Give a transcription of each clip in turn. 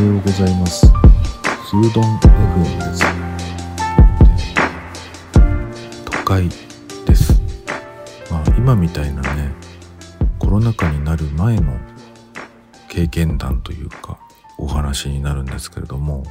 ようございます。スードン FM です。都会です。今みたいなね、コロナ禍になる前の経験談というかお話になるんですけれども、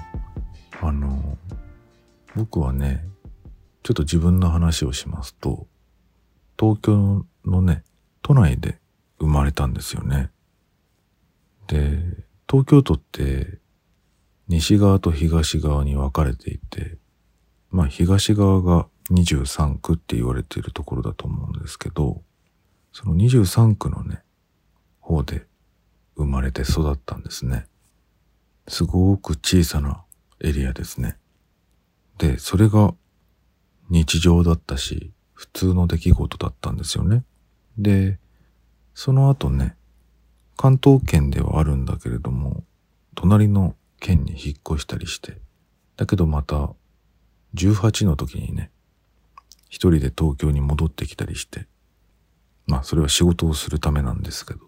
僕はね、ちょっと自分の話をしますと、東京のね、都内で生まれたんですよね。で、東京都って西側と東側に分かれていて、東側が23区って言われているところだと思うんですけど、その23区のね、方で生まれて育ったんですね。すごく小さなエリアですね。で、それが日常だったし、普通の出来事だったんですよね。で、その後ね、関東圏ではあるんだけれども、隣の県に引っ越したりして、だけどまた18の時にね、一人で東京に戻ってきたりして、それは仕事をするためなんですけど、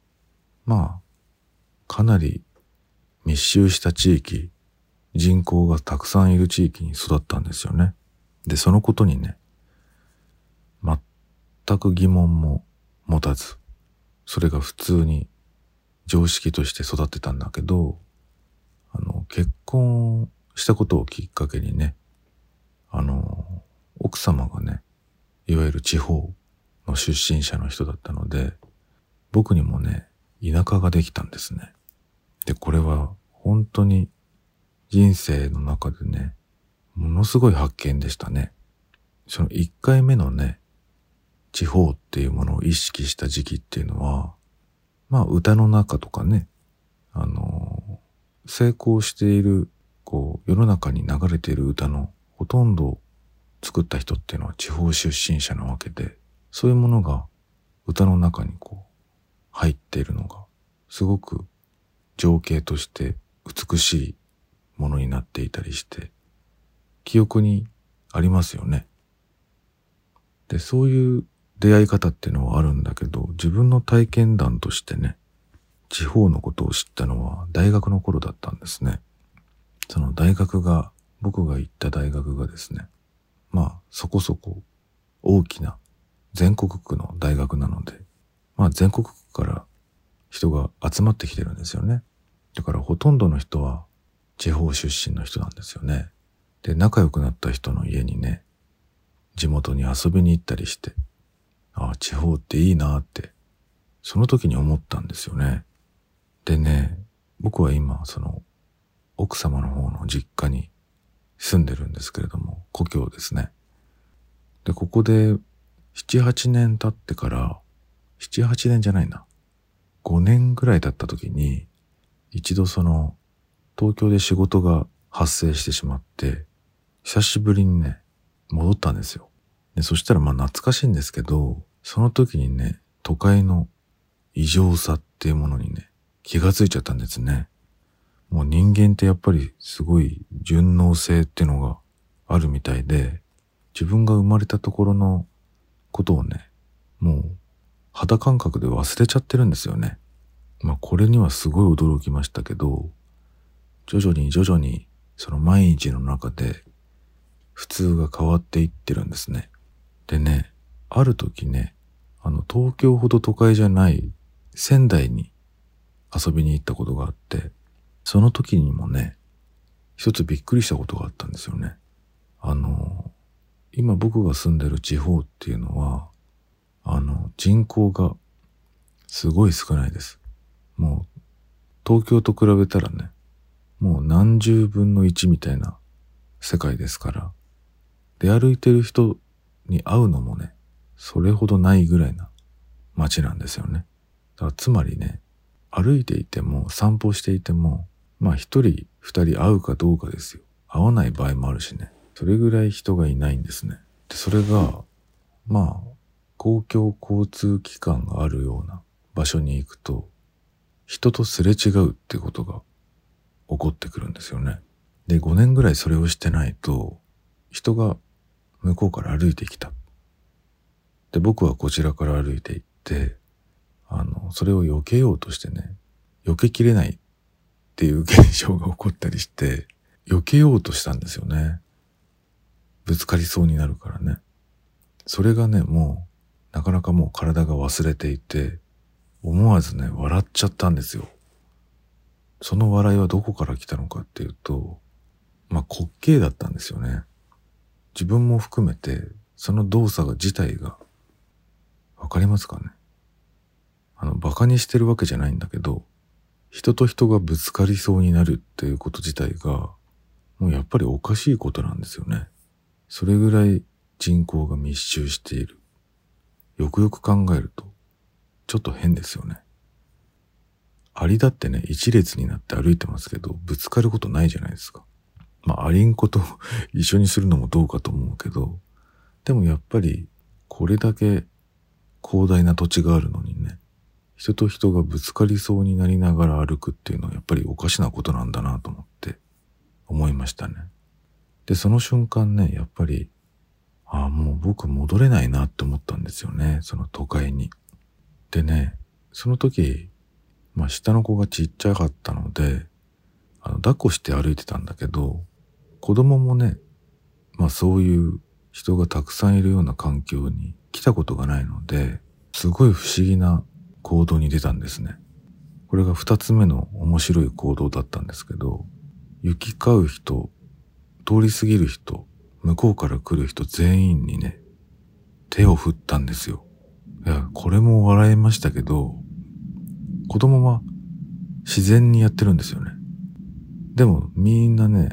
かなり密集した地域、人口がたくさんいる地域に育ったんですよね。で、そのことにね、全く疑問も持たず、それが普通に常識として育ってたんだけど、結婚したことをきっかけにね、奥様がね、いわゆる地方の出身者の人だったので、僕にもね、田舎ができたんですね。で、これは本当に人生の中でね、ものすごい発見でしたね。その1回目のね、地方っていうものを意識した時期っていうのは、歌の中とかね、成功している、世の中に流れている歌のほとんどを作った人っていうのは地方出身者なわけで、そういうものが歌の中に入っているのが、すごく情景として美しいものになっていたりして、記憶にありますよね。で、そういう出会い方っていうのはあるんだけど、自分の体験談としてね、地方のことを知ったのは大学の頃だったんですね。その大学が、僕が行った大学がですね、そこそこ大きな全国区の大学なので、全国区から人が集まってきてるんですよね。だからほとんどの人は地方出身の人なんですよね。で、仲良くなった人の家にね、地元に遊びに行ったりして、地方っていいなって、その時に思ったんですよね。でね、僕は今、その、奥様の方の実家に住んでるんですけれども、故郷ですね。で、ここで、7、8年経ってから、7、8年じゃないな。5年ぐらい経った時に、一度その、東京で仕事が発生してしまって、久しぶりにね、戻ったんですよ。で、そしたら懐かしいんですけど、その時にね、都会の異常さっていうものにね、気がついちゃったんですね。もう人間ってやっぱりすごい順応性っていうのがあるみたいで、自分が生まれたところのことをね、もう肌感覚で忘れちゃってるんですよね。これにはすごい驚きましたけど、徐々にその毎日の中で普通が変わっていってるんですね。でね、ある時ね、東京ほど都会じゃない仙台に遊びに行ったことがあって、その時にもね、一つびっくりしたことがあったんですよね。今僕が住んでる地方っていうのは、人口がすごい少ないです。もう、東京と比べたらね、もう何十分の1みたいな世界ですから、出歩いてる人に会うのもね、それほどないぐらいな街なんですよね。だからつまりね、歩いていても散歩していても、一人二人会うかどうかですよ。会わない場合もあるしね。それぐらい人がいないんですね。で、それが、公共交通機関があるような場所に行くと、人とすれ違うってことが起こってくるんですよね。で、5年ぐらいそれをしてないと、人が向こうから歩いてきた。で、僕はこちらから歩いて行って、それを避けようとしてね、避けきれないっっていう現象が起こったりして、避けようとしたんですよね。ぶつかりそうになるからね。それがね、もう、なかなかもう体が忘れていて、思わずね、笑っちゃったんですよ。その笑いはどこから来たのかっていうと、滑稽だったんですよね。自分も含めて、その動作自体が、わかりますかね？バカにしてるわけじゃないんだけど、人と人がぶつかりそうになるっていうこと自体が、もうやっぱりおかしいことなんですよね。それぐらい人口が密集している。よくよく考えると、ちょっと変ですよね。アリだってね、一列になって歩いてますけど、ぶつかることないじゃないですか。アリンコと一緒にするのもどうかと思うけど、でもやっぱり、これだけ広大な土地があるのにね、人と人がぶつかりそうになりながら歩くっていうのはやっぱりおかしなことなんだなと思って思いましたね。で、その瞬間ね、やっぱり、もう僕戻れないなって思ったんですよね、その都会に。でね、その時、下の子がちっちゃかったので、抱っこして歩いてたんだけど、子供もね、そういう人がたくさんいるような環境に来たことがないので、すごい不思議な行動に出たんですね。これが2つ目の面白い行動だったんですけど、行き交う人、通り過ぎる人、向こうから来る人全員にね、手を振ったんですよ。いや、これも笑いましたけど、子供は自然にやってるんですよね。でもみんなね、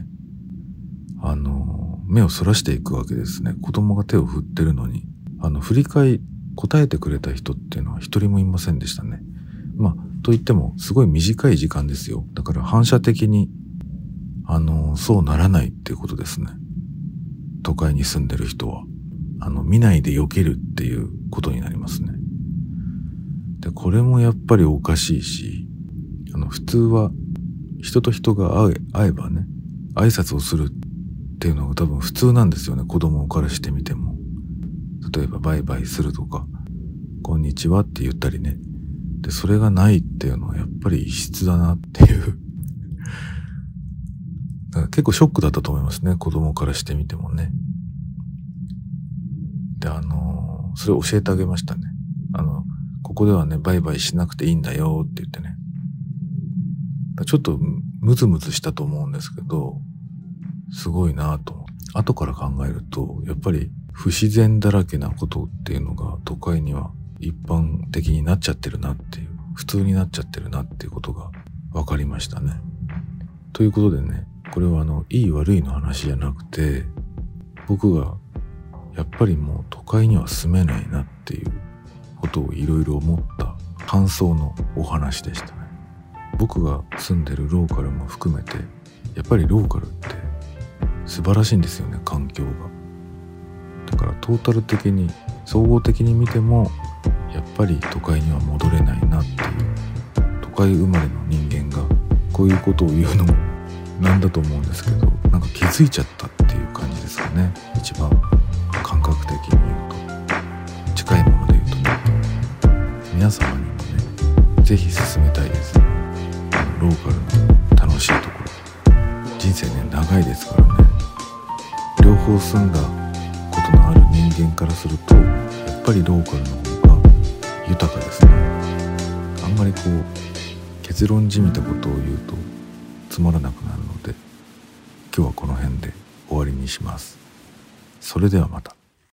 目をそらしていくわけですね。子供が手を振ってるのに、振り返答えてくれた人っていうのは一人もいませんでしたね。と言ってもすごい短い時間ですよ。だから反射的に、そうならないっていうことですね。都会に住んでる人は。見ないで避けるっていうことになりますね。で、これもやっぱりおかしいし、普通は人と人が会えばね、挨拶をするっていうのが多分普通なんですよね。子供からしてみても。例えばバイバイするとか、こんにちはって言ったりね。で、それがないっていうのはやっぱり異質だなっていう。だから結構ショックだったと思いますね。子供からしてみてもね。で、それを教えてあげましたね。ここではね、バイバイしなくていいんだよって言ってね。ちょっとムズムズしたと思うんですけど、すごいなぁと。後から考えると、やっぱり不自然だらけなことっていうのが都会には一般的になっちゃってるなっていう、普通になっちゃってるなっていうことが分かりましたね。ということでね、これはいい悪いの話じゃなくて、僕がやっぱりもう都会には住めないなっていうことをいろいろ思った感想のお話でしたね。僕が住んでるローカルも含めて、やっぱりローカルって素晴らしいんですよね、環境が。だからトータル的に、総合的に見ても、やっぱり都会には戻れないなっていう、都会生まれの人間がこういうことを言うのもなんだと思うんですけど、なんか気づいちゃったっていう感じですかね。一番感覚的に言うと、近いもので言うとね、皆様にもね、ぜひ進めたいです。ローカルの楽しいところ。人生ね、長いですからね。両方住んだことのある人間からすると、やっぱりローカルの方が豊かですね。あんまり結論じみたことを言うとつまらなくなるので、今日はこの辺で終わりにします。それではまた。